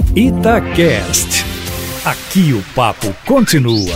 Itacast. Aqui o papo continua.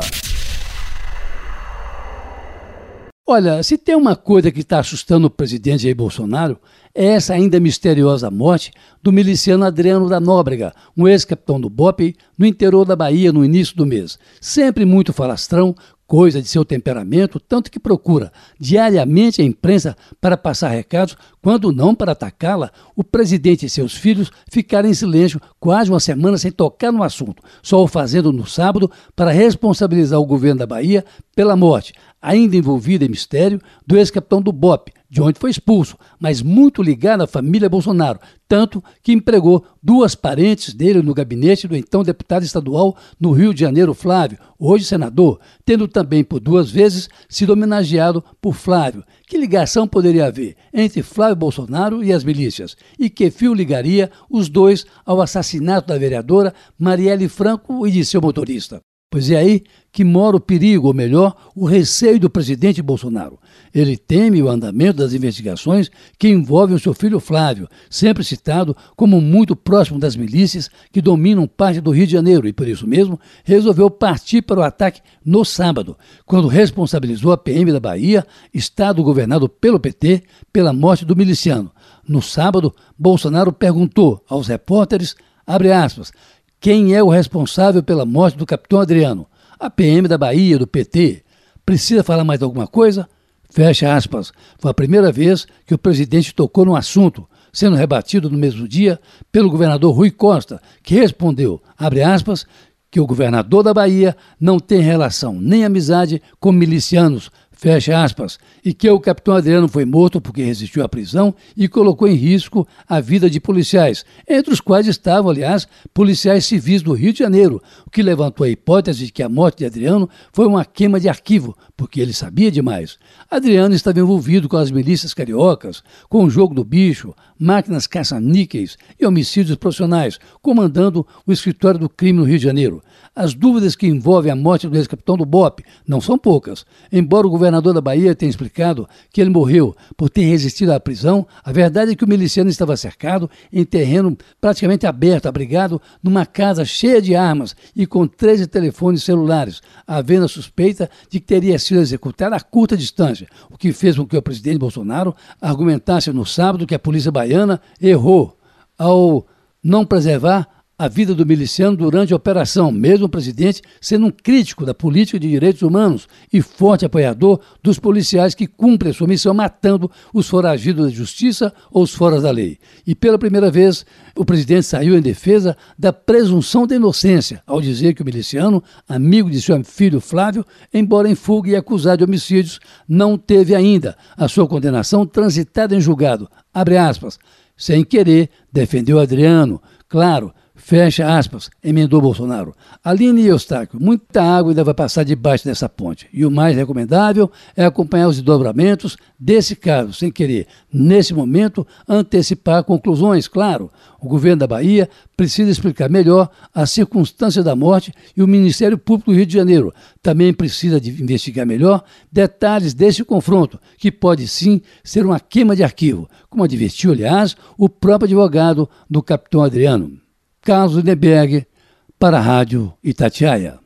Olha, se tem uma coisa que está assustando o presidente Jair Bolsonaro, é essa ainda misteriosa morte do miliciano Adriano da Nóbrega, um ex-capitão do BOPE, no interior da Bahia no início do mês. Sempre muito falastrão, coisa de seu temperamento, tanto que procura diariamente a imprensa para passar recados, quando não para atacá-la, o presidente e seus filhos ficaram em silêncio quase uma semana sem tocar no assunto, só o fazendo no sábado para responsabilizar o governo da Bahia pela morte, ainda envolvida em mistério, do ex-capitão do BOPE, de onde foi expulso, mas muito ligado à família Bolsonaro, tanto que empregou duas parentes dele no gabinete do então deputado estadual no Rio de Janeiro, Flávio, hoje senador, tendo também por duas vezes sido homenageado por Flávio. Que ligação poderia haver entre Flávio Bolsonaro e as milícias? E que fio ligaria os dois ao assassinato da vereadora Marielle Franco e de seu motorista? Pois é aí que mora o perigo, ou melhor, o receio do presidente Bolsonaro. Ele teme o andamento das investigações que envolvem o seu filho Flávio, sempre citado como muito próximo das milícias que dominam parte do Rio de Janeiro e, por isso mesmo, resolveu partir para o ataque no sábado, quando responsabilizou a PM da Bahia, estado governado pelo PT, pela morte do miliciano. No sábado, Bolsonaro perguntou aos repórteres, abre aspas, quem é o responsável pela morte do capitão Adriano? A PM da Bahia, do PT. Precisa falar mais alguma coisa? Fecha aspas. Foi a primeira vez que o presidente tocou no assunto, sendo rebatido no mesmo dia pelo governador Rui Costa, que respondeu, abre aspas, que o governador da Bahia não tem relação nem amizade com milicianos, fecha aspas, e que o capitão Adriano foi morto porque resistiu à prisão e colocou em risco a vida de policiais, entre os quais estavam, aliás, policiais civis do Rio de Janeiro, o que levantou a hipótese de que a morte de Adriano foi uma queima de arquivo, porque ele sabia demais. Adriano estava envolvido com as milícias cariocas, com o jogo do bicho, máquinas caça-níqueis e homicídios profissionais, comandando o escritório do crime no Rio de Janeiro. As dúvidas que envolvem a morte do ex-capitão do BOPE não são poucas. Embora o governador da Bahia tenha explicado que ele morreu por ter resistido à prisão, a verdade é que o miliciano estava cercado em terreno praticamente aberto, abrigado numa casa cheia de armas e com 13 telefones celulares, havendo a suspeita de que teria sido executado a curta distância, o que fez com que o presidente Bolsonaro argumentasse no sábado que a polícia baiana errou ao não preservar a vida do miliciano durante a operação, mesmo o presidente sendo um crítico da política de direitos humanos e forte apoiador dos policiais que cumprem a sua missão matando os foragidos da justiça ou os foras da lei. E pela primeira vez, o presidente saiu em defesa da presunção da inocência, ao dizer que o miliciano, amigo de seu filho Flávio, embora em fuga e acusado de homicídios, não teve ainda a sua condenação transitada em julgado. Abre aspas. Sem querer, defendeu Adriano. Claro, fecha aspas, emendou Bolsonaro. Aline e Eustáquio, muita água ainda vai passar debaixo dessa ponte. E o mais recomendável é acompanhar os desdobramentos desse caso, sem querer, nesse momento, antecipar conclusões. Claro, o governo da Bahia precisa explicar melhor as circunstâncias da morte e o Ministério Público do Rio de Janeiro também precisa de investigar melhor detalhes desse confronto, que pode sim ser uma queima de arquivo, como advertiu, aliás, o próprio advogado do capitão Adriano. Carlos Lindenberg, para a Rádio Itatiaia.